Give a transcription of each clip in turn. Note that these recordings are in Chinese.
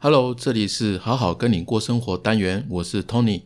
Hello， 这里是好好跟你过生活单元，我是 Tony。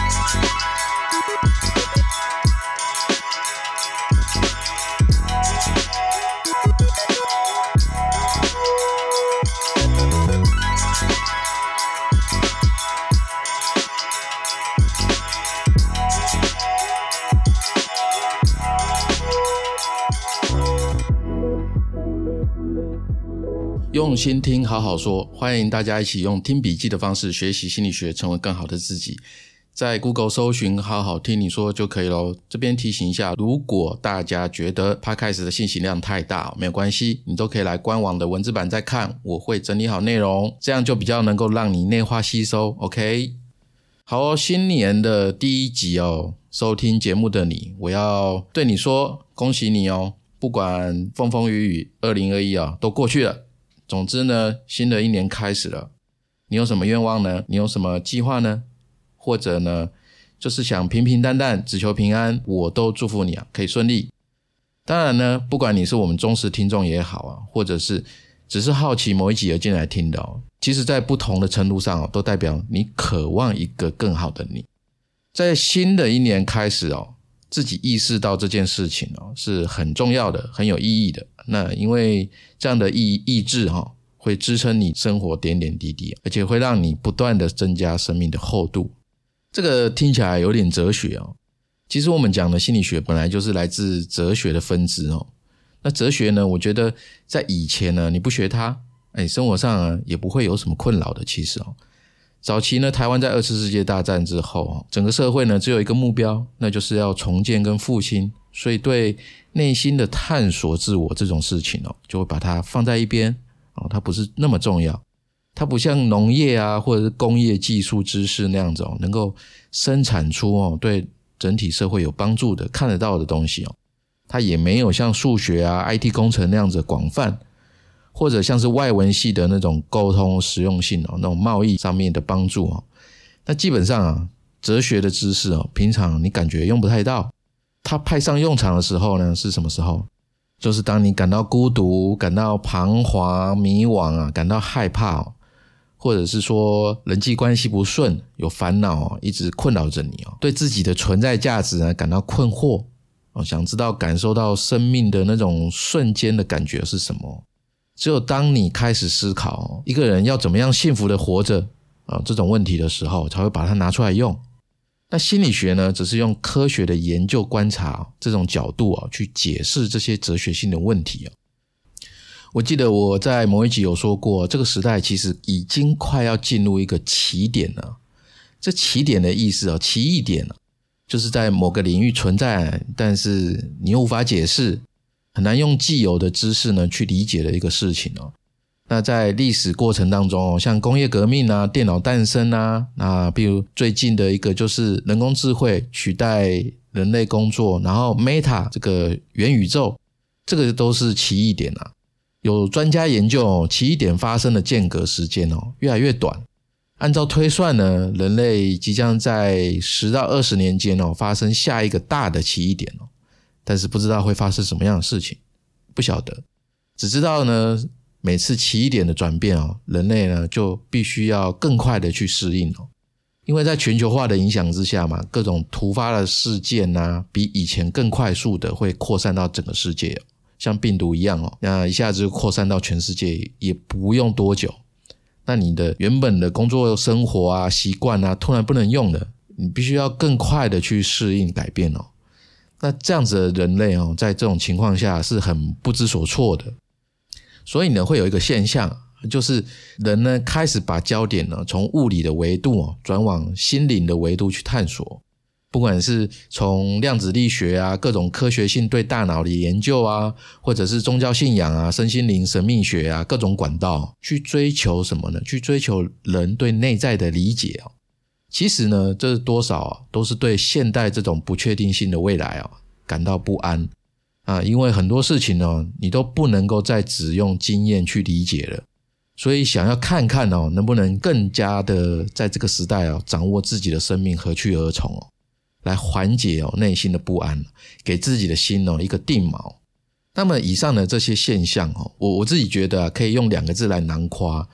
用心听好好说，欢迎大家一起用听笔记的方式学习心理学，成为更好的自己。在 Google 搜寻好好听你说就可以咯。这边提醒一下，如果大家觉得 Podcast 的信息量太大，没有关系，你都可以来官网的文字版再看，我会整理好内容，这样就比较能够让你内化吸收 OK。 好新年的第一集收听节目的你，我要对你说恭喜你不管风风雨雨2021都过去了。总之呢，新的一年开始了，你有什么愿望呢？你有什么计划呢？或者呢，就是想平平淡淡，只求平安，我都祝福你可以顺利。当然呢，不管你是我们忠实听众也好或者是只是好奇某一集而进来听的其实在不同的程度上都代表你渴望一个更好的你。在新的一年开始自己意识到这件事情是很重要的，很有意义的。那因为这样的意志会支撑你生活点点滴滴，而且会让你不断的增加生命的厚度。这个听起来有点哲学其实我们讲的心理学本来就是来自哲学的分支那哲学呢，我觉得在以前呢，你不学它生活上也不会有什么困扰的。其实早期呢，台湾在2次世界大战之后整个社会呢只有一个目标，那就是要重建跟复兴，所以对内心的探索自我这种事情就会把它放在一边它不是那么重要。它不像农业或者是工业技术知识那样子能够生产出对整体社会有帮助的看得到的东西它也没有像数学IT 工程那样子广泛，或者像是外文系的那种沟通实用性那种贸易上面的帮助那基本上哲学的知识平常你感觉用不太到。它派上用场的时候呢，是什么时候？就是当你感到孤独，感到彷徨迷惘感到害怕或者是说人际关系不顺，有烦恼一直困扰着你对自己的存在价值感到困惑想知道感受到生命的那种瞬间的感觉是什么。只有当你开始思考一个人要怎么样幸福的活着这种问题的时候，才会把它拿出来用。那心理学呢，只是用科学的研究观察这种角度去解释这些哲学性的问题我记得我在某一集有说过，这个时代其实已经快要进入一个起点了。这起点的意思奇异点就是在某个领域存在，但是你又无法解释，很难用既有的知识呢去理解的一个事情那在历史过程当中像工业革命电脑诞生那比如最近的一个就是人工智慧取代人类工作，然后 Meta 这个元宇宙，这个都是奇异点有专家研究奇异点发生的间隔时间越来越短。按照推算呢，人类即将在10到20年间发生下一个大的奇异点但是不知道会发生什么样的事情，不晓得，只知道呢每次奇异点的转变人类呢就必须要更快的去适应因为在全球化的影响之下嘛，各种突发的事件比以前更快速的会扩散到整个世界像病毒一样那一下子就扩散到全世界也不用多久。那你的原本的工作生活习惯突然不能用了，你必须要更快的去适应改变那这样子的人类在这种情况下是很不知所措的。所以呢，会有一个现象，就是人呢开始把焦点呢从物理的维度转往心灵的维度去探索。不管是从量子力学各种科学性对大脑的研究或者是宗教信仰身心灵神秘学各种管道去追求什么呢？去追求人对内在的理解其实呢，这多少都是对现代这种不确定性的未来感到不安因为很多事情呢你都不能够再只用经验去理解了，所以想要看看能不能更加的在这个时代掌握自己的生命何去何从来缓解内心的不安，给自己的心一个定锚。那么以上的这些现象我自己觉得可以用2个字来囊括，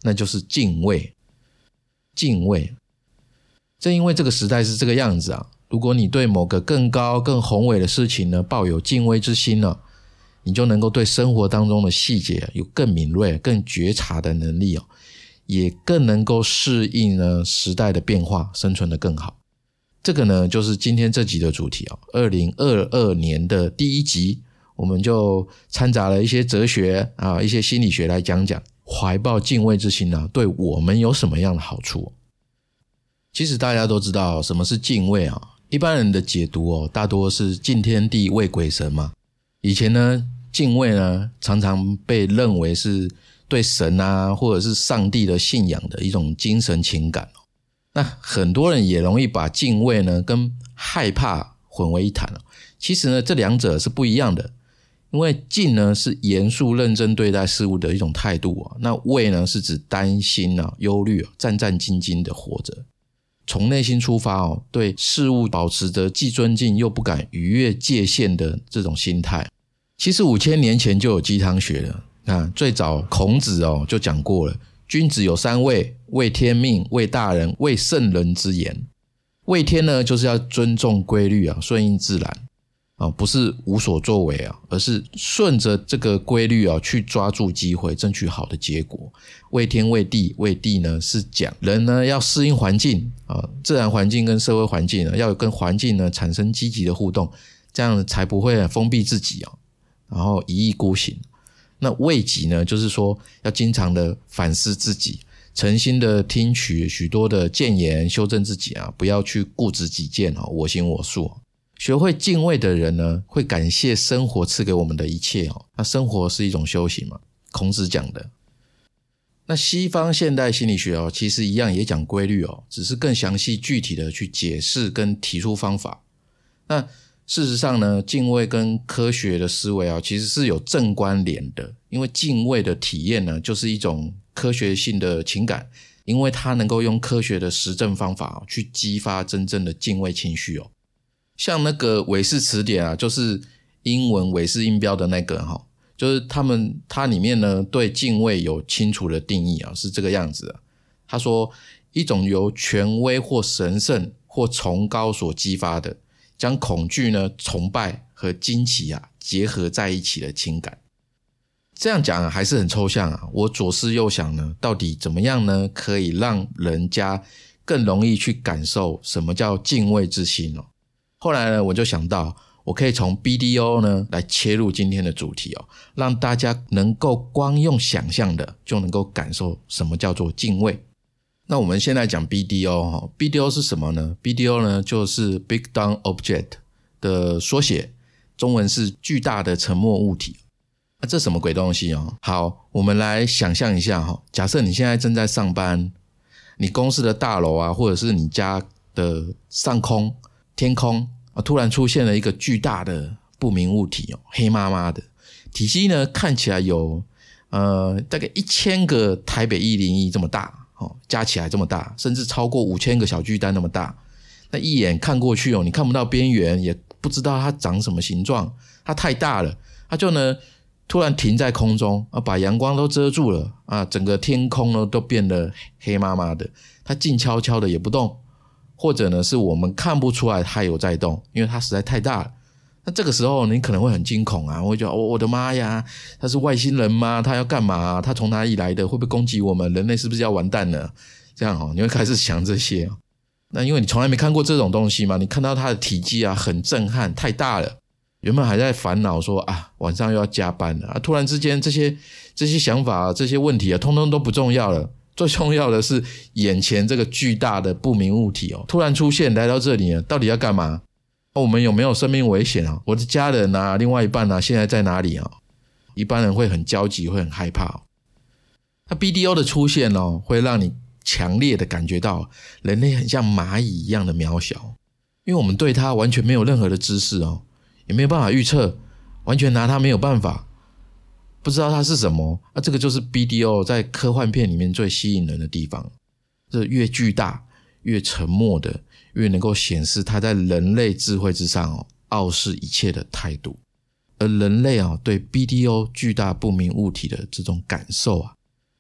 那就是敬畏。敬畏，正因为这个时代是这个样子啊，如果你对某个更高更宏伟的事情呢抱有敬畏之心呢，你就能够对生活当中的细节有更敏锐更觉察的能力也更能够适应呢时代的变化，生存得更好。这个呢就是今天这集的主题2022年的第一集，我们就掺杂了一些哲学一些心理学来讲讲怀抱敬畏之心对我们有什么样的好处。其实大家都知道什么是敬畏一般人的解读大多是敬天地畏鬼神嘛。以前呢敬畏呢常常被认为是对神或者是上帝的信仰的一种精神情感。那很多人也容易把敬畏呢跟害怕混为一谈其实呢这两者是不一样的。因为敬呢是严肃认真对待事物的一种态度那畏呢是指担心忧虑战战兢兢的活着，从内心出发对事物保持着既尊敬又不敢逾越界限的这种心态。其实5000年前就有鸡汤学了最早孔子就讲过了，君子有3畏：畏天命、畏大人、畏圣人之言。畏天呢就是要尊重规律顺应自然不是无所作为而是顺着这个规律去抓住机会，争取好的结果。畏天畏地，畏地呢是讲人呢要适应环境自然环境跟社会环境要跟环境呢产生积极的互动，这样才不会封闭自己然后一意孤行。那畏己呢就是说要经常的反思自己，诚心的听取许多的谏言，修正自己不要去固执己见我行我素。学会敬畏的人呢会感谢生活赐给我们的一切那生活是一种修行嘛，孔子讲的。那西方现代心理学其实一样也讲规律只是更详细具体的去解释跟提出方法。那事实上呢敬畏跟科学的思维其实是有正关联的，因为敬畏的体验呢就是一种科学性的情感，因为它能够用科学的实证方法去激发真正的敬畏情绪像那个韦氏词典就是英文韦氏音标的那个就是它里面呢对敬畏有清楚的定义是这个样子他说一种由权威或神圣或崇高所激发的，将恐惧呢、崇拜和惊奇结合在一起的情感。这样讲还是很抽象我左思右想呢，到底怎么样呢可以让人家更容易去感受什么叫敬畏之心后来呢我就想到我可以从 BDO 呢来切入今天的主题让大家能够光用想象的就能够感受什么叫做敬畏。那我们现在讲 BDO BDO 是什么呢？ BDO 呢就是 Big Dumb Object 的缩写，中文是巨大的沉默物体。这什么鬼东西好，我们来想象一下假设你现在正在上班，你公司的大楼或者是你家的上空天空突然出现了一个巨大的不明物体黑麻麻的，体积呢看起来有大概1000个台北101这么大加起来这么大，甚至超过5000个小巨蛋那么大。那一眼看过去你看不到边缘，也不知道它长什么形状，它太大了，它就呢突然停在空中把阳光都遮住了整个天空呢都变得黑麻麻的，它静悄悄的也不动，或者呢是我们看不出来它有在动，因为它实在太大了。那这个时候你可能会很惊恐会觉得我的妈呀，他是外星人吗？他要干嘛他从哪里来的？会不会攻击我们？人类是不是要完蛋了？这样你会开始想这些那因为你从来没看过这种东西嘛，你看到它的体积很震撼，太大了。原本还在烦恼说晚上又要加班了突然之间这些想法这些问题通通都不重要了，最重要的是眼前这个巨大的不明物体突然出现来到这里到底要干嘛？我们有没有生命危险我的家人另外一半现在在哪里一般人会很焦急，会很害怕那 BDO 的出现会让你强烈的感觉到人类很像蚂蚁一样的渺小，因为我们对它完全没有任何的知识也没有办法预测，完全拿它没有办法，不知道它是什么这个就是 BDO 在科幻片里面最吸引人的地方。这越巨大越沉默的，越能够显示它在人类智慧之上傲视一切的态度。而人类对 BDO 巨大不明物体的这种感受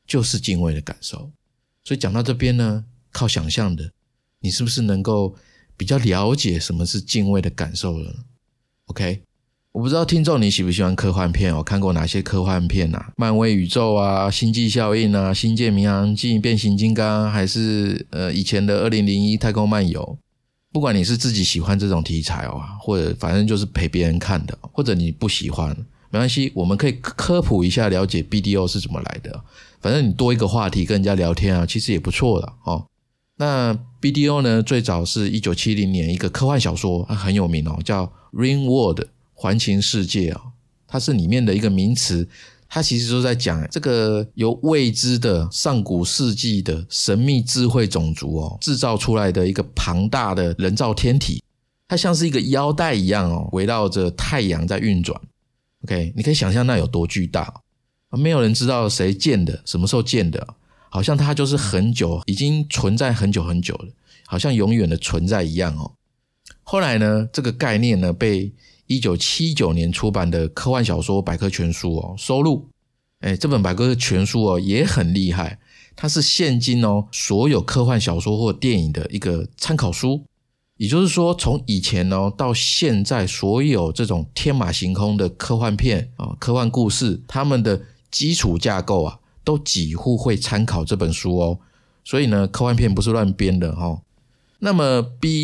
就是敬畏的感受。所以讲到这边呢，靠想象的，你是不是能够比较了解什么是敬畏的感受了呢？ OK， 我不知道听众你喜不喜欢科幻片看过哪些科幻片啊？漫威宇宙啊，星际效应啊，星舰迷航记，变形金刚，还是以前的2001太空漫游。不管你是自己喜欢这种题材或者反正就是陪别人看的，或者你不喜欢，没关系，我们可以科普一下，了解 BDO 是怎么来的。反正你多一个话题跟人家聊天其实也不错啦那 BDO 呢，最早是1970年一个科幻小说，很有名叫 Ring World 环形世界它是里面的一个名词，它其实就在讲这个由未知的上古世纪的神秘智慧种族制造出来的一个庞大的人造天体，它像是一个腰带一样围绕着太阳在运转。 OK， 你可以想象那有多巨大没有人知道谁建的，什么时候建的好像它就是很久，已经存在很久很久了，好像永远的存在一样后来呢，这个概念呢被1979年出版的科幻小说百科全书收录。这本百科全书也很厉害，它是现今所有科幻小说或电影的一个参考书。也就是说，从以前到现在，所有这种天马行空的科幻片科幻故事，他们的基础架构都几乎会参考这本书所以呢，科幻片不是乱编的那么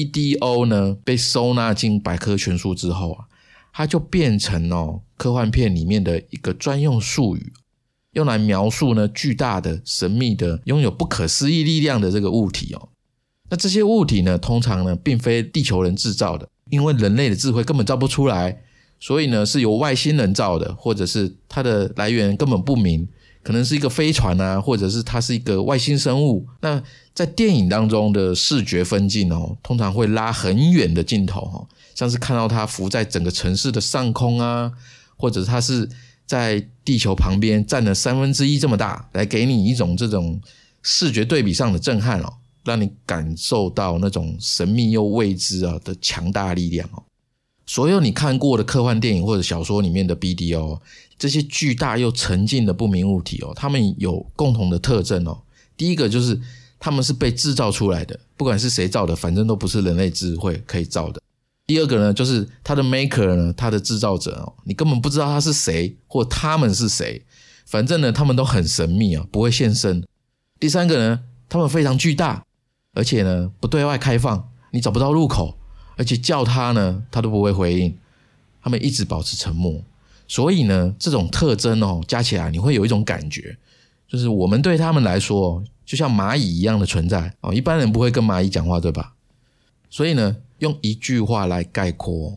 BDO 呢被收纳进百科全书之后它就变成科幻片里面的一个专用术语，用来描述呢巨大的神秘的拥有不可思议力量的这个物体那这些物体呢，通常呢并非地球人制造的，因为人类的智慧根本造不出来，所以呢是由外星人造的，或者是它的来源根本不明，可能是一个飞船或者是它是一个外星生物。那在电影当中的视觉分镜通常会拉很远的镜头像是看到它浮在整个城市的上空或者它是在地球旁边占了1/3这么大，来给你一种这种视觉对比上的震撼让你感受到那种神秘又未知的强大力量所有你看过的科幻电影或者小说里面的 BDO， 这些巨大又沉静的不明物体它们有共同的特征第一个就是它们是被制造出来的，不管是谁造的，反正都不是人类智慧可以造的。第二个呢，就是它的 maker 呢，它的制造者你根本不知道他是谁或他们是谁，反正呢他们都很神秘不会现身。第三个呢，他们非常巨大，而且呢不对外开放，你找不到入口，而且叫他呢他都不会回应，他们一直保持沉默。所以呢这种特征加起来你会有一种感觉，就是我们对他们来说就像蚂蚁一样的存在一般人不会跟蚂蚁讲话，对吧？所以呢用一句话来概括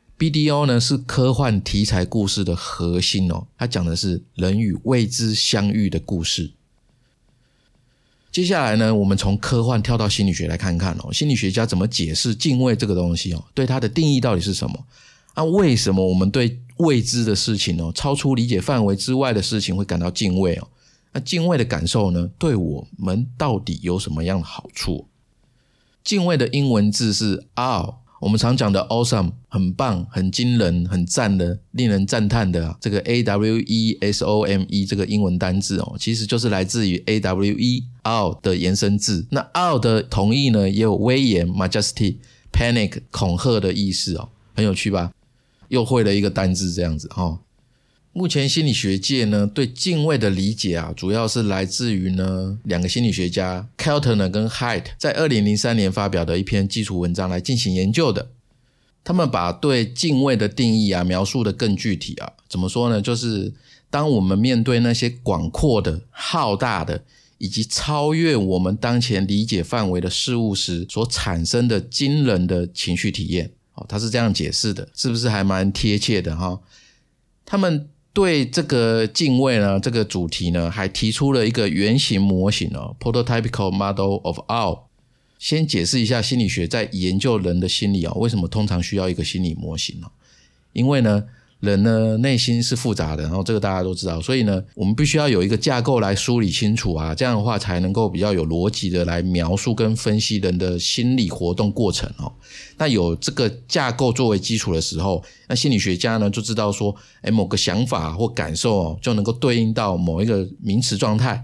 BDO 呢是科幻题材故事的核心它讲的是人与未知相遇的故事。接下来呢，我们从科幻跳到心理学来看看心理学家怎么解释敬畏这个东西对它的定义到底是什么为什么我们对未知的事情超出理解范围之外的事情会感到敬畏那敬畏的感受呢，对我们到底有什么样的好处？敬畏的英文字是 awe， 我们常讲的 awesome， 很棒，很惊人，很赞的，令人赞叹的这个 AWESOME 这个英文单字其实就是来自于 AWE awe 的延伸字。那 awe 的同义呢，也有威严 majesty panic 恐吓的意思很有趣吧？又会了一个单字这样子目前心理学界呢对敬畏的理解主要是来自于呢两个心理学家 Keltner 跟 Haidt 在2003年发表的一篇基础文章来进行研究的。他们把对敬畏的定义描述的更具体怎么说呢？就是当我们面对那些广阔的、浩大的以及超越我们当前理解范围的事物时所产生的惊人的情绪体验他是这样解释的，是不是还蛮贴切的他们对这个敬畏呢这个主题呢还提出了一个原型模型Prototypical Model of Awe。 先解释一下心理学在研究人的心理为什么通常需要一个心理模型因为呢人呢内心是复杂的，然后这个大家都知道，所以呢我们必须要有一个架构来梳理清楚这样的话才能够比较有逻辑的来描述跟分析人的心理活动过程那有这个架构作为基础的时候，那心理学家呢就知道说某个想法或感受就能够对应到某一个名词状态，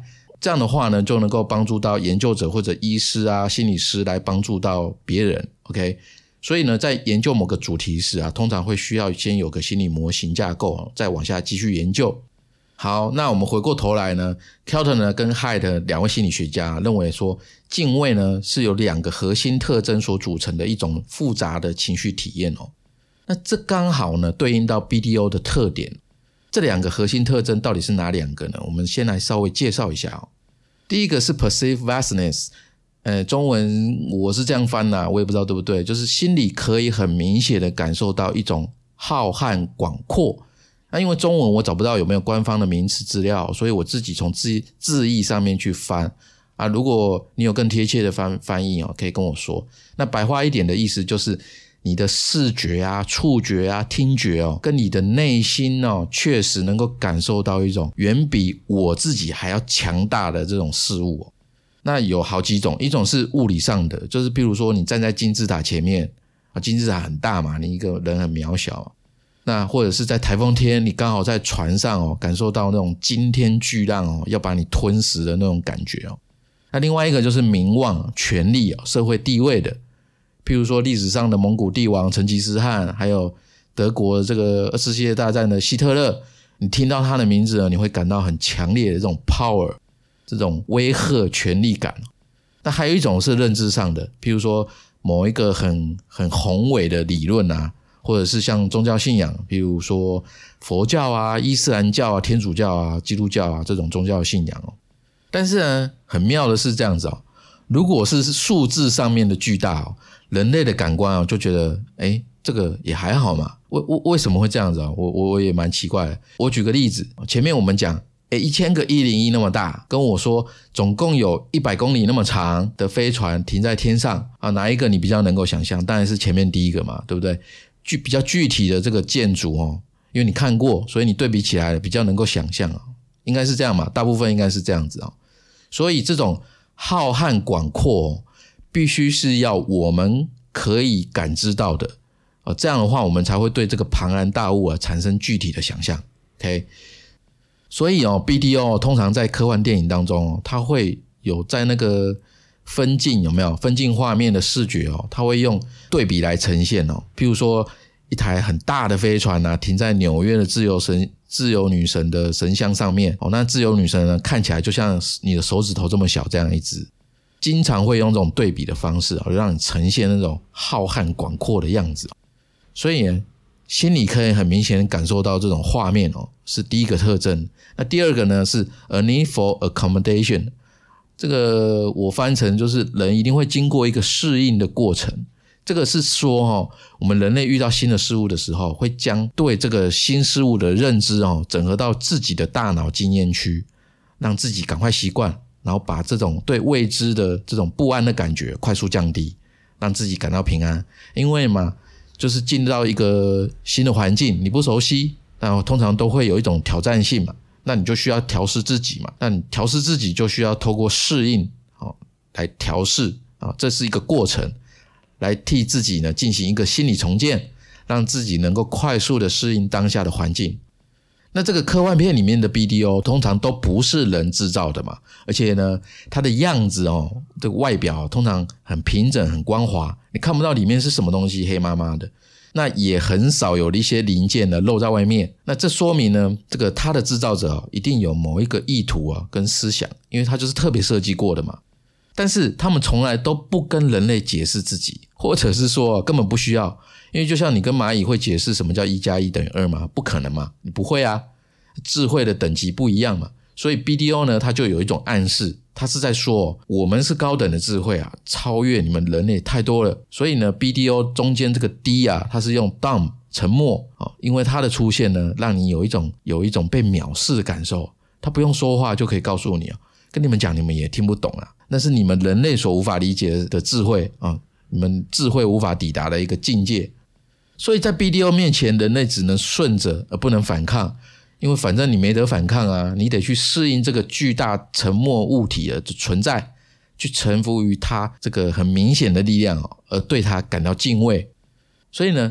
这样的话呢，就能够帮助到研究者或者医师啊、心理师来帮助到别人 OK。 所以呢，在研究某个主题时啊，通常会需要先有个心理模型架构，再往下继续研究。好，那我们回过头来呢， Kelton 呢跟 Haidt 两位心理学家认为说，敬畏呢是由2个核心特征所组成的一种复杂的情绪体验哦。那这刚好呢对应到 BDO 的特点。这2个核心特征到底是哪2个呢？我们先来稍微介绍一下哦。第一个是 perceived vastness，中文我是这样翻啦，我也不知道对不对，就是心里可以很明显的感受到一种浩瀚广阔。那因为中文我找不到有没有官方的名词资料，所以我自己从字义上面去翻啊。如果你有更贴切的翻译可以跟我说。那白话一点的意思就是你的视觉啊、触觉啊、听觉跟你的内心确实能够感受到一种远比我自己还要强大的这种事物那有好几种，一种是物理上的，就是譬如说你站在金字塔前面金字塔很大嘛，你一个人很渺小那或者是在台风天你刚好在船上感受到那种惊天巨浪要把你吞噬的那种感觉那另外一个就是名望、权力社会地位的，譬如说历史上的蒙古帝王成吉思汗，还有德国这个2次世界大战的希特勒，你听到他的名字你会感到很强烈的这种 power， 这种威吓权力感。那还有一种是认知上的，譬如说某一个很宏伟的理论啊，或者是像宗教信仰，譬如说佛教啊、伊斯兰教啊、天主教啊、基督教啊这种宗教信仰但是呢，很妙的是这样子如果是数字上面的巨大人类的感官就觉得这个也还好嘛，为什么会这样子我也蛮奇怪的。我举个例子，前面我们讲1000个101那么大，跟我说总共有100公里那么长的飞船停在天上哪一个你比较能够想象？当然是前面第一个嘛，对不对？比较具体的这个建筑因为你看过，所以你对比起来比较能够想象应该是这样嘛，大部分应该是这样子所以这种浩瀚广阔必须是要我们可以感知到的这样的话我们才会对这个庞然大物产生具体的想象 OK。 所以BDO 通常在科幻电影当中它会有在那个分镜，有没有分镜画面的视觉它会用对比来呈现譬如说一台很大的飞船停在纽约的自由女神的神像上面那自由女神呢看起来就像你的手指头这么小，这样一只，经常会用这种对比的方式让你呈现那种浩瀚广阔的样子。所以呢，心里可以很明显感受到这种画面是第一个特征。那第二个呢是 a need for accommodation， 这个我翻成就是人一定会经过一个适应的过程。这个是说我们人类遇到新的事物的时候，会将对这个新事物的认知整合到自己的大脑经验区，让自己赶快习惯，然后把这种对未知的这种不安的感觉快速降低，让自己感到平安。因为嘛，就是进到一个新的环境，你不熟悉，那通常都会有一种挑战性嘛，那你就需要调试自己嘛，那你调试自己就需要透过适应来调试这是一个过程，来替自己呢进行一个心理重建，让自己能够快速的适应当下的环境。那这个科幻片里面的 BDO 通常都不是人制造的嘛，而且呢它的样子这个外表通常很平整很光滑，你看不到里面是什么东西，黑麻麻的，那也很少有一些零件呢露在外面。那这说明呢这个它的制造者一定有某一个意图跟思想，因为它就是特别设计过的嘛。但是他们从来都不跟人类解释自己，或者是说根本不需要，因为就像你跟蚂蚁会解释什么叫1+1等于2吗？不可能嘛，你不会啊，智慧的等级不一样嘛。所以 BDO 呢它就有一种暗示，它是在说我们是高等的智慧超越你们人类太多了。所以呢 BDO 中间这个 D 它是用 dumb 沉默因为它的出现呢让你有一种被藐视的感受，它不用说话就可以告诉你跟你们讲你们也听不懂那是你们人类所无法理解的智慧你们智慧无法抵达的一个境界。所以在 BDO 面前，人类只能顺着而不能反抗，因为反正你没得反抗你得去适应这个巨大沉默物体的存在，去臣服于它这个很明显的力量而对它感到敬畏。所以呢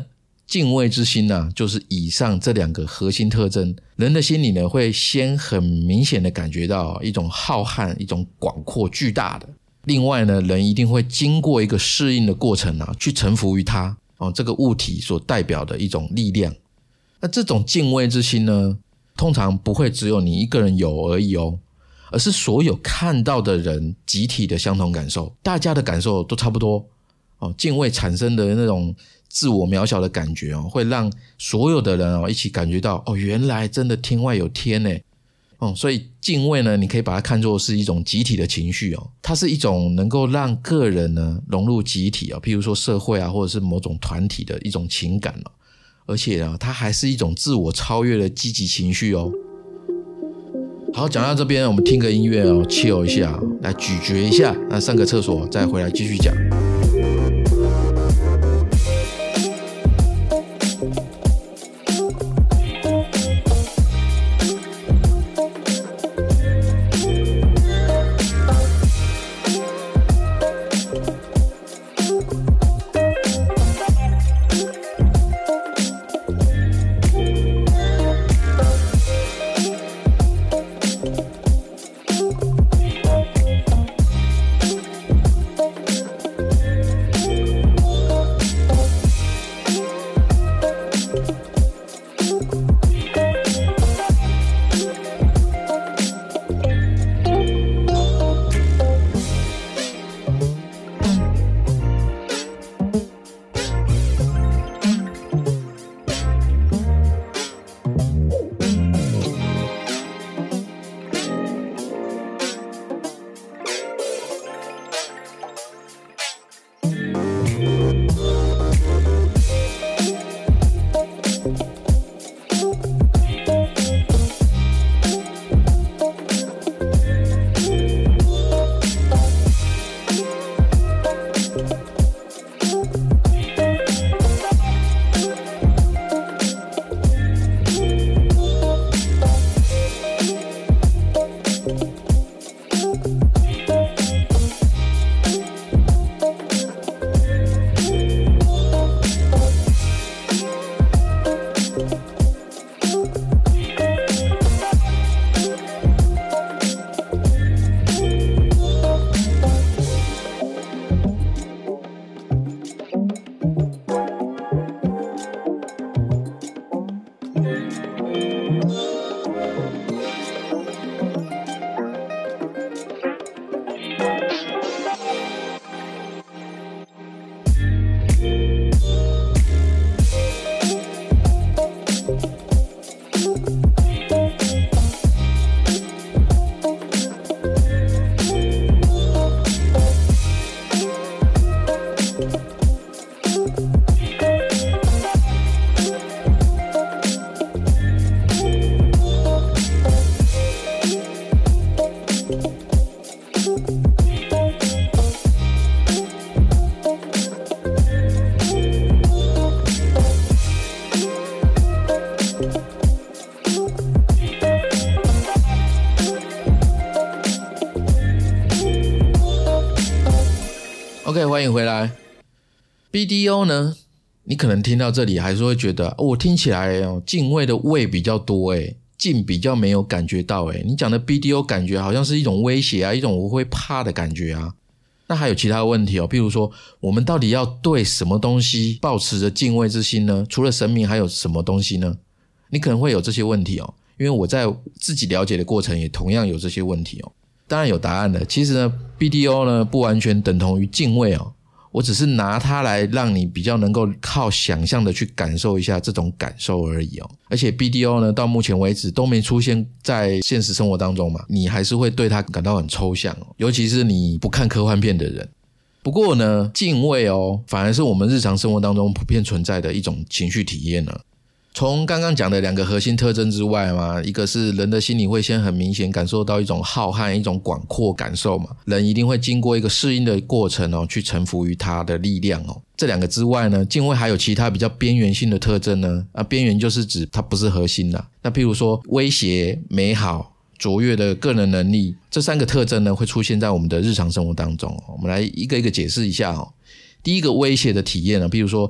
敬畏之心啊，就是以上这2个核心特征。人的心里呢，会先很明显的感觉到一种浩瀚、一种广阔巨大的。另外呢，人一定会经过一个适应的过程啊，去臣服于它这个物体所代表的一种力量。那这种敬畏之心呢，通常不会只有你一个人有而已而是所有看到的人集体的相同感受，大家的感受都差不多敬畏产生的那种自我渺小的感觉会让所有的人一起感觉到原来真的天外有天耶所以敬畏呢，你可以把它看作是一种集体的情绪它是一种能够让个人呢融入集体譬如说社会或者是某种团体的一种情感而且它还是一种自我超越的积极情绪好，讲到这边我们听个音乐chill一下来咀嚼一下，那上个厕所再回来继续讲。OK， 欢迎回来。BDO 呢，你可能听到这里还是会觉得我听起来敬畏的畏比较多敬比较没有感觉到你讲的 BDO 感觉好像是一种威胁一种我会怕的感觉那还有其他的问题譬如说我们到底要对什么东西抱持着敬畏之心呢？除了神明还有什么东西呢？你可能会有这些问题因为我在自己了解的过程也同样有这些问题当然有答案的。其实呢 BDO 呢不完全等同于敬畏我只是拿它来让你比较能够靠想象的去感受一下这种感受而已而且 BDO 呢到目前为止都没出现在现实生活当中嘛，你还是会对它感到很抽象尤其是你不看科幻片的人。不过呢敬畏反而是我们日常生活当中普遍存在的一种情绪体验从刚刚讲的2个核心特征之外嘛，一个是人的心里会先很明显感受到一种浩瀚、一种广阔感受嘛，人一定会经过一个适应的过程去臣服于它的力量这2个之外呢，敬畏还有其他比较边缘性的特征呢边缘就是指它不是核心啦。那譬如说威胁、美好、卓越的个人能力，这3个特征呢会出现在我们的日常生活当中我们来一个一个解释一下第一个威胁的体验譬如说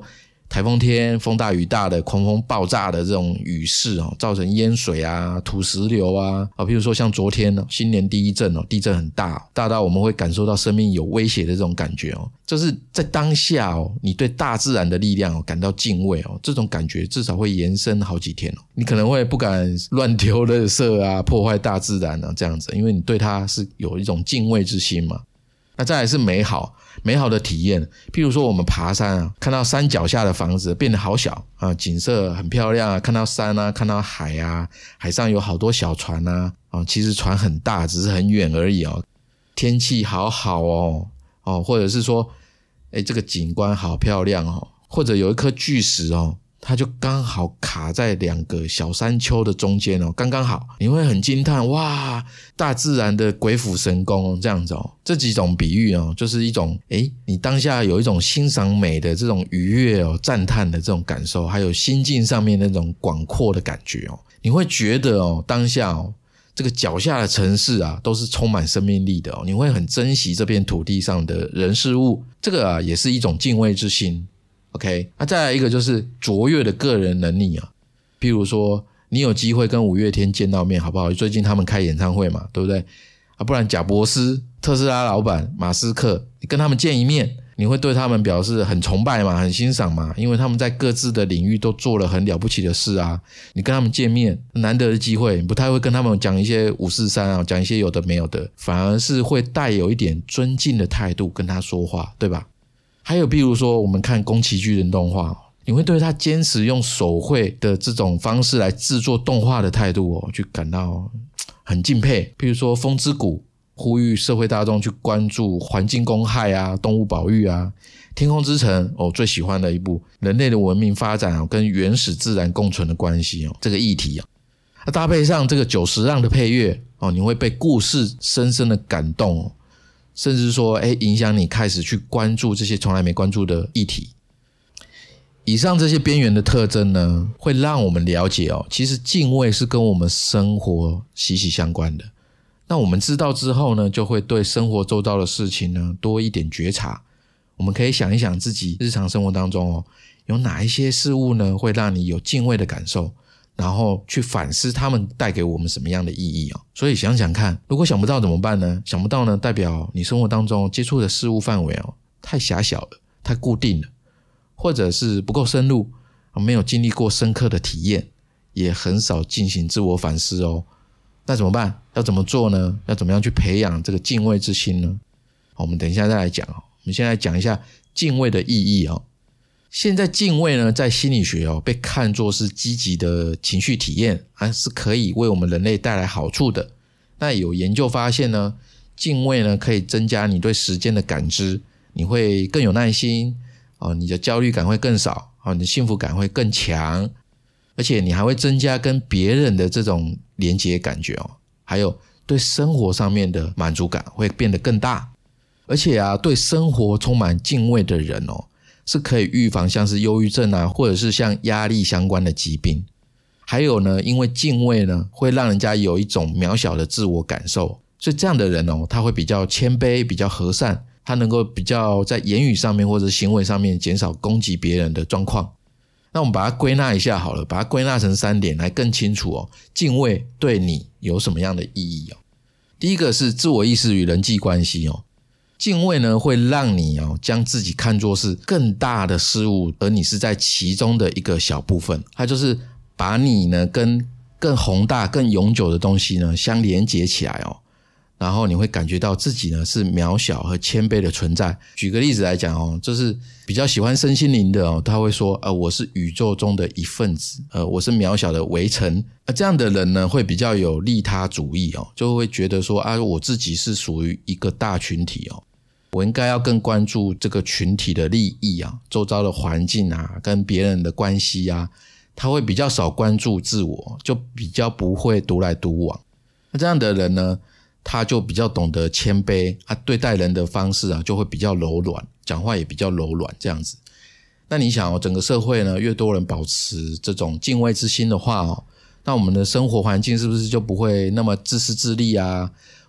台风天风大雨大的狂风爆炸的这种雨势造成淹水啊土石流啊譬如说像昨天新年第一震地震很大到我们会感受到生命有威胁的这种感觉就是在当下你对大自然的力量感到敬畏这种感觉至少会延伸好几天你可能会不敢乱丢垃圾啊破坏大自然这样子，因为你对它是有一种敬畏之心嘛。那再来是美好的体验，譬如说我们爬山看到山脚下的房子变得好小景色很漂亮看到山看到海海上有好多小船其实船很大只是很远而已天气好好或者是说这个景观好漂亮或者有一颗巨石它就刚好卡在2个小山丘的中间刚刚好，你会很惊叹哇，大自然的鬼斧神工这样子这几种比喻就是一种你当下有一种欣赏美的这种愉悦赞叹的这种感受，还有心境上面那种广阔的感觉你会觉得当下这个脚下的城市都是充满生命力的你会很珍惜这片土地上的人事物，这个也是一种敬畏之心。OK， 再来一个就是卓越的个人能力譬如说你有机会跟五月天见到面好不好？最近他们开演唱会嘛，对不对不然贾伯斯特斯拉老板马斯克，你跟他们见一面，你会对他们表示很崇拜嘛，很欣赏嘛，因为他们在各自的领域都做了很了不起的事你跟他们见面难得的机会，你不太会跟他们讲一些543讲一些有的没有的，反而是会带有一点尊敬的态度跟他说话，对吧？还有比如说我们看宫崎骏的动画你会对他坚持用手绘的这种方式来制作动画的态度去感到很敬佩。比如说风之谷呼吁社会大众去关注环境公害动物保育天空之城最喜欢的一部人类的文明发展跟原始自然共存的关系这个议题搭配上这个90让的配乐你会被故事深深的感动甚至说影响你开始去关注这些从来没关注的议题。以上这些边缘的特征呢，会让我们了解其实敬畏是跟我们生活息息相关的。那我们知道之后呢，就会对生活周遭的事情呢多一点觉察。我们可以想一想自己日常生活当中有哪一些事物呢会让你有敬畏的感受，然后去反思他们带给我们什么样的意义所以想想看，如果想不到怎么办呢？想不到呢，代表你生活当中接触的事物范围太狭小了，太固定了，或者是不够深入没有经历过深刻的体验，也很少进行自我反思那怎么办？要怎么做呢？要怎么样去培养这个敬畏之心呢？我们等一下再来讲我们先来讲一下敬畏的意义现在敬畏呢，在心理学被看作是积极的情绪体验是可以为我们人类带来好处的。那有研究发现呢，敬畏呢可以增加你对时间的感知，你会更有耐心你的焦虑感会更少你的幸福感会更强，而且你还会增加跟别人的这种连结感觉还有对生活上面的满足感会变得更大。而且对生活充满敬畏的人是可以预防像是忧郁症或者是像压力相关的疾病。还有呢，因为敬畏呢会让人家有一种渺小的自我感受，所以这样的人他会比较谦卑，比较和善，他能够比较在言语上面或者行为上面减少攻击别人的状况。那我们把它归纳一下好了，把它归纳成3点来更清楚敬畏对你有什么样的意义第一个是自我意识与人际关系敬畏呢会让你将自己看作是更大的事物，而你是在其中的一个小部分，它就是把你呢跟更宏大更永久的东西呢相连结起来然后你会感觉到自己呢是渺小和谦卑的存在。举个例子来讲就是比较喜欢身心灵的他会说我是宇宙中的一份子我是渺小的微尘。这样的人呢会比较有利他主义就会觉得说我自己是属于一个大群体我应该要更关注这个群体的利益周遭的环境跟别人的关系他会比较少关注自我，就比较不会独来独往。那这样的人呢，他就比较懂得谦卑对待人的方式就会比较柔软，讲话也比较柔软这样子。那你想整个社会呢越多人保持这种敬畏之心的话那我们的生活环境是不是就不会那么自私自利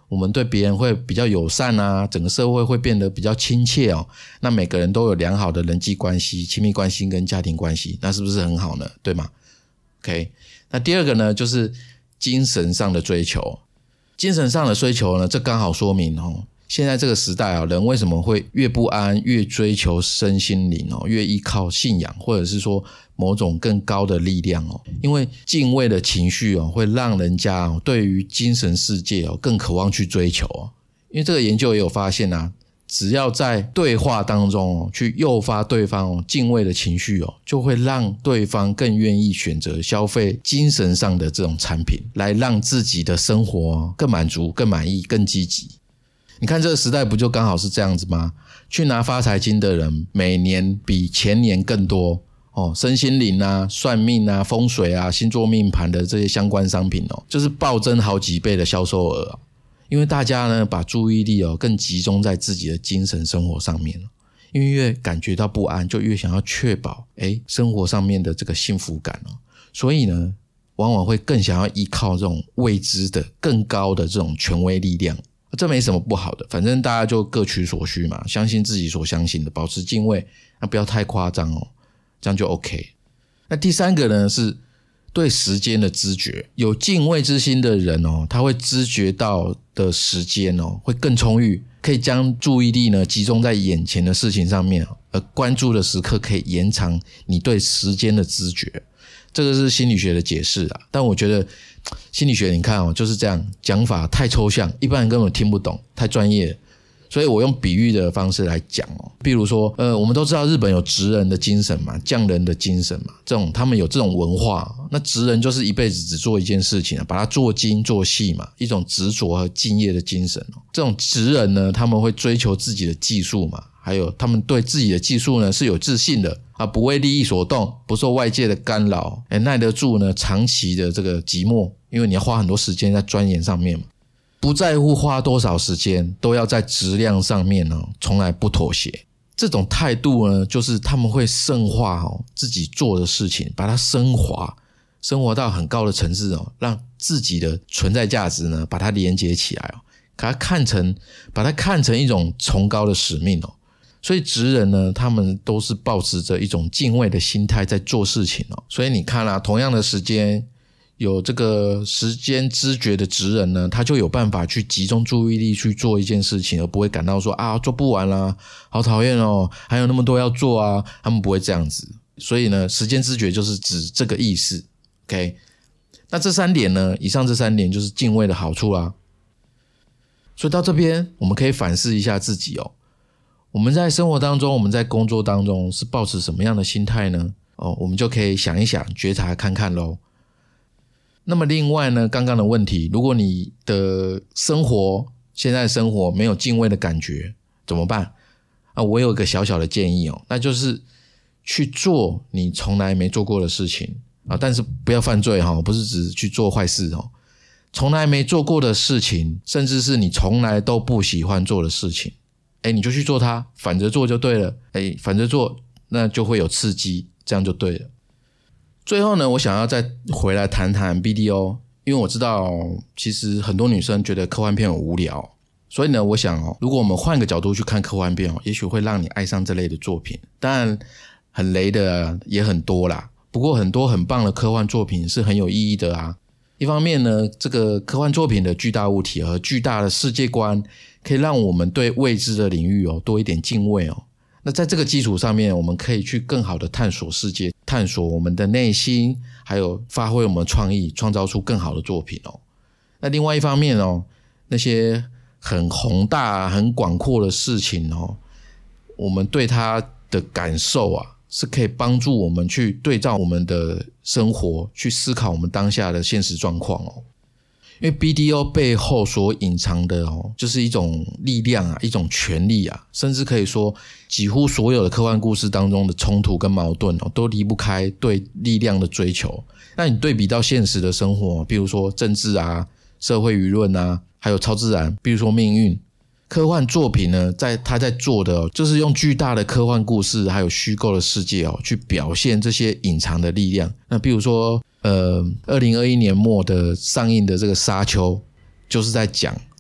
我们对别人会比较友善啊，整个社会会变得比较亲切哦。那每个人都有良好的人际关系、亲密关系跟家庭关系，那是不是很好呢？对吗？ OK， 那第二个呢，就是精神上的追求。精神上的追求呢，这刚好说明现在这个时代人为什么会越不安，越追求身心灵越依靠信仰，或者是说某种更高的力量因为敬畏的情绪会让人家对于精神世界更渴望去追求因为这个研究也有发现只要在对话当中去诱发对方敬畏的情绪就会让对方更愿意选择消费精神上的这种产品，来让自己的生活更满足、更满意、更积极。你看这个时代不就刚好是这样子吗？去拿发财金的人每年比前年更多身心灵啊、算命啊、风水啊、星座命盘的这些相关商品就是暴增好几倍的销售额因为大家呢把注意力更集中在自己的精神生活上面因为越感觉到不安，就越想要确保生活上面的这个幸福感所以呢往往会更想要依靠这种未知的更高的这种权威力量。这没什么不好的，反正大家就各取所需嘛，相信自己所相信的，保持敬畏，那不要太夸张这样就 OK。 那第三个呢是对时间的知觉。有敬畏之心的人他会知觉到的时间会更充裕，可以将注意力呢集中在眼前的事情上面而关注的时刻可以延长你对时间的知觉。这个是心理学的解释但我觉得心理学你看就是这样，讲法太抽象，一般人根本听不懂，太专业了。所以我用比喻的方式来讲比如说我们都知道日本有职人的精神嘛，匠人的精神嘛，他们有这种文化。那职人就是一辈子只做一件事情把它做精做细嘛，一种执着和敬业的精神这种职人呢，他们会追求自己的技术嘛，还有他们对自己的技术呢是有自信的不为利益所动，不受外界的干扰耐得住呢长期的这个寂寞，因为你要花很多时间在钻研上面嘛，不在乎花多少时间，都要在质量上面从来不妥协。这种态度呢，就是他们会深化自己做的事情，把它升华到很高的层次让自己的存在价值呢把它连接起来把它看成一种崇高的使命所以职人呢，他们都是抱持着一种敬畏的心态在做事情所以你看同样的时间，有这个时间知觉的职人呢，他就有办法去集中注意力去做一件事情，而不会感到说做不完啦，好讨厌还有那么多要做他们不会这样子。所以呢，时间知觉就是指这个意思。 OK， 那这三点呢，以上这三点就是敬畏的好处啦。所以到这边我们可以反思一下自己我们在生活当中，我们在工作当中是抱持什么样的心态呢我们就可以想一想，觉察看看咯。那么另外呢，刚刚的问题，如果你的现在的生活没有敬畏的感觉怎么办我有一个小小的建议那就是去做你从来没做过的事情但是不要犯罪不是指去做坏事从来没做过的事情，甚至是你从来都不喜欢做的事情你就去做它，反着做就对了反着做那就会有刺激，这样就对了。最后呢，我想要再回来谈谈 BDO， 因为我知道其实很多女生觉得科幻片很无聊，所以呢我想如果我们换个角度去看科幻片也许会让你爱上这类的作品。当然很雷的也很多啦，不过很多很棒的科幻作品是很有意义的一方面呢，这个科幻作品的巨大物体和巨大的世界观可以让我们对未知的领域多一点敬畏那在这个基础上面，我们可以去更好的探索世界，探索我们的内心，还有发挥我们的创意，创造出更好的作品那另外一方面那些很宏大很广阔的事情我们对它的感受是可以帮助我们去对照我们的生活，去思考我们当下的现实状况因为 BDO 背后所隐藏的就是一种力量一种权力甚至可以说几乎所有的科幻故事当中的冲突跟矛盾都离不开对力量的追求。那你对比到现实的生活，比如说政治社会舆论还有超自然，比如说命运，科幻作品呢他在做的就是用巨大的科幻故事还有虚构的世界去表现这些隐藏的力量。那比如说2021年末的上映的这个沙丘，就是在讲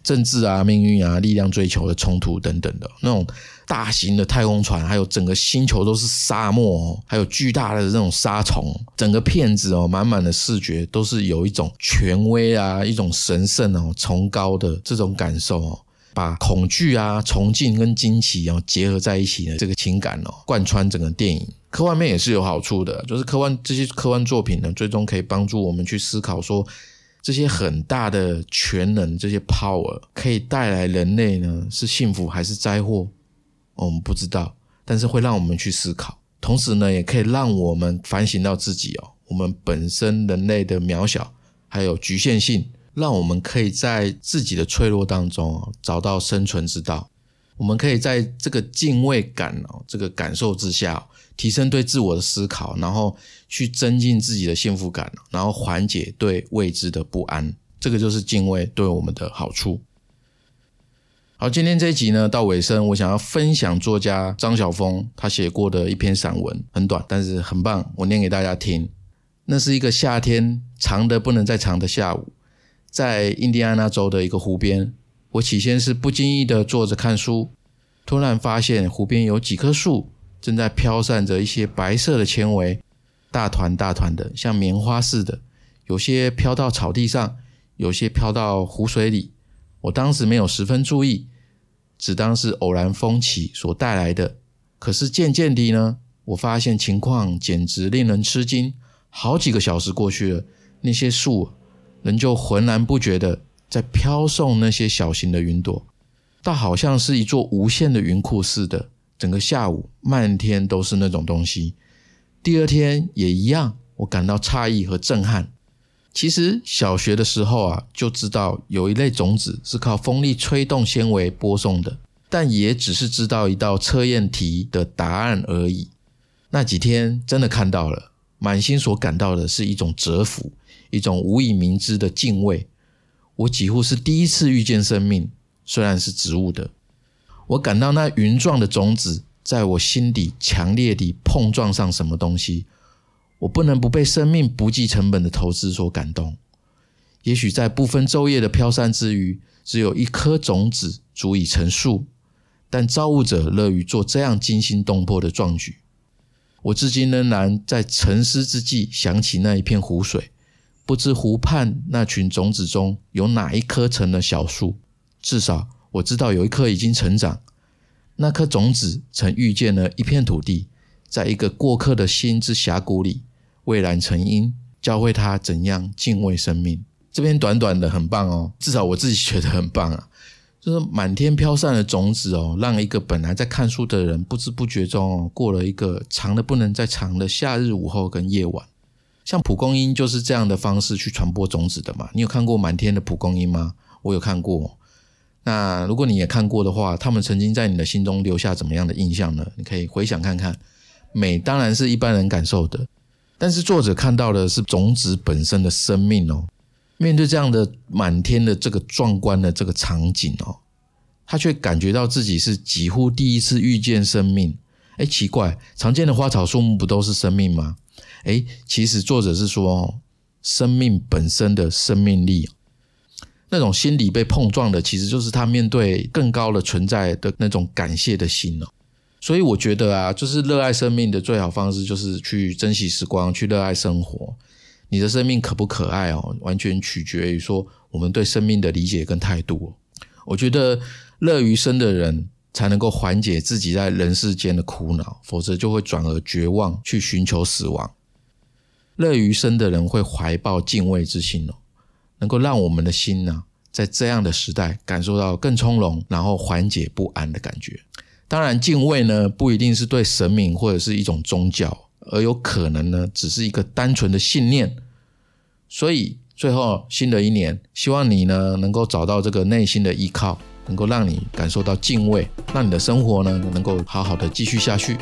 政治啊、命运啊、力量追求的冲突等等的，那种大型的太空船，还有整个星球都是沙漠还有巨大的这种沙虫，整个片子满满的视觉都是有一种权威啊、一种神圣崇高的这种感受把恐惧啊、崇敬跟惊奇结合在一起的这个情感贯穿整个电影。科幻面也是有好处的，就是这些科幻作品呢，最终可以帮助我们去思考说，这些很大的权能，这些 power 可以带来人类呢是幸福还是灾祸，我们不知道，但是会让我们去思考，同时呢也可以让我们反省到自己我们本身人类的渺小还有局限性，让我们可以在自己的脆弱当中找到生存之道。我们可以在这个敬畏感这个感受之下提升对自我的思考，然后去增进自己的幸福感，然后缓解对未知的不安，这个就是敬畏对我们的好处。好，今天这一集呢到尾声，我想要分享作家张晓峰他写过的一篇散文，很短但是很棒，我念给大家听。那是一个夏天，长的不能再长的下午，在印第安纳州的一个湖边，我起先是不经意的坐着看书，突然发现湖边有几棵树正在飘散着一些白色的纤维，大团大团的，像棉花似的，有些飘到草地上，有些飘到湖水里。我当时没有十分注意，只当是偶然风起所带来的。可是渐渐地呢，我发现情况简直令人吃惊。好几个小时过去了，那些树仍旧浑然不觉的在飘送那些小型的云朵，倒好像是一座无限的云库似的。整个下午漫天都是那种东西。第二天也一样，我感到诧异和震撼。其实小学的时候就知道有一类种子是靠风力吹动纤维播送的，但也只是知道一道测验题的答案而已。那几天真的看到了，满心所感到的是一种折服，一种无以名之的敬畏。我几乎是第一次遇见生命，虽然是植物的。我感到那云状的种子在我心底强烈地碰撞上什么东西，我不能不被生命不计成本的投资所感动。也许在不分昼夜的飘散之余，只有一颗种子足以成树，但造物者乐于做这样惊心动魄的壮举。我至今仍然在沉思之际想起那一片湖水，不知湖畔那群种子中有哪一棵成了小树，至少我知道有一棵已经成长。那颗种子曾遇见了一片土地，在一个过客的心之峡谷里蔚然成荫，教会他怎样敬畏生命。这边短短的很棒至少我自己觉得很棒就是满天飘散的种子让一个本来在看书的人不知不觉中过了一个长的不能再长的夏日午后跟夜晚。像蒲公英就是这样的方式去传播种子的嘛。你有看过满天的蒲公英吗？我有看过。那如果你也看过的话，他们曾经在你的心中留下怎么样的印象呢？你可以回想看看。美当然是一般人感受的，但是作者看到的是种子本身的生命面对这样的满天的这个壮观的这个场景他却感觉到自己是几乎第一次遇见生命。奇怪，常见的花草树木不都是生命吗？其实作者是说生命本身的生命力，那种心理被碰撞的其实就是他面对更高的存在的那种感谢的心所以我觉得就是热爱生命的最好方式就是去珍惜时光，去热爱生活。你的生命可不可爱完全取决于说我们对生命的理解跟态度我觉得乐于生的人才能够缓解自己在人世间的苦恼，否则就会转而绝望去寻求死亡。乐于生的人会怀抱敬畏之心能够让我们的心在这样的时代感受到更从容，然后缓解不安的感觉。当然敬畏呢不一定是对神明或者是一种宗教，而有可能呢只是一个单纯的信念。所以最后新的一年，希望你呢能够找到这个内心的依靠，能够让你感受到敬畏，让你的生活呢能够好好的继续下去。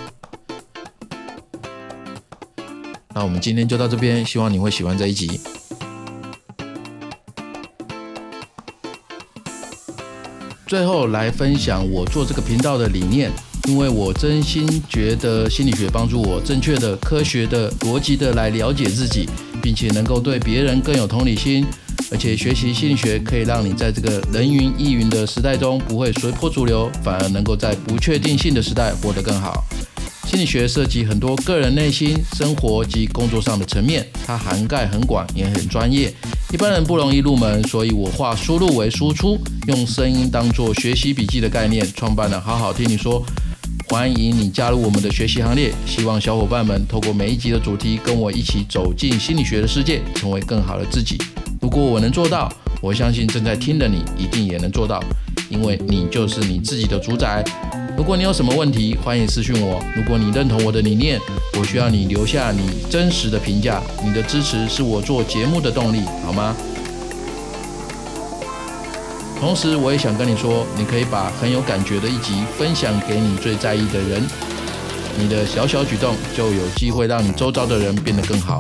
那我们今天就到这边，希望你会喜欢这一集。最后来分享我做这个频道的理念，因为我真心觉得心理学帮助我正确的、科学的、逻辑的来了解自己，并且能够对别人更有同理心， 而且学习心理学可以让你在这个人云亦云的时代中不会随波逐流，反而能够在不确定性的时代活得更好。心理学涉及很多个人内心、生活及工作上的层面，它涵盖很广也很专业，一般人不容易入门，所以我化输入为输出，用声音当作学习笔记的概念，创办了好好听你说。欢迎你加入我们的学习行列，希望小伙伴们透过每一集的主题，跟我一起走进心理学的世界，成为更好的自己。如果我能做到，我相信正在听的你一定也能做到，因为你就是你自己的主宰。如果你有什么问题，欢迎私讯我。如果你认同我的理念，我需要你留下你真实的评价，你的支持是我做节目的动力，好吗？同时我也想跟你说，你可以把很有感觉的一集分享给你最在意的人，你的小小举动就有机会让你周遭的人变得更好。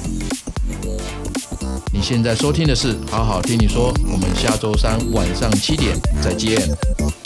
你现在收听的是好好听你说，我们下周三晚上7点再见。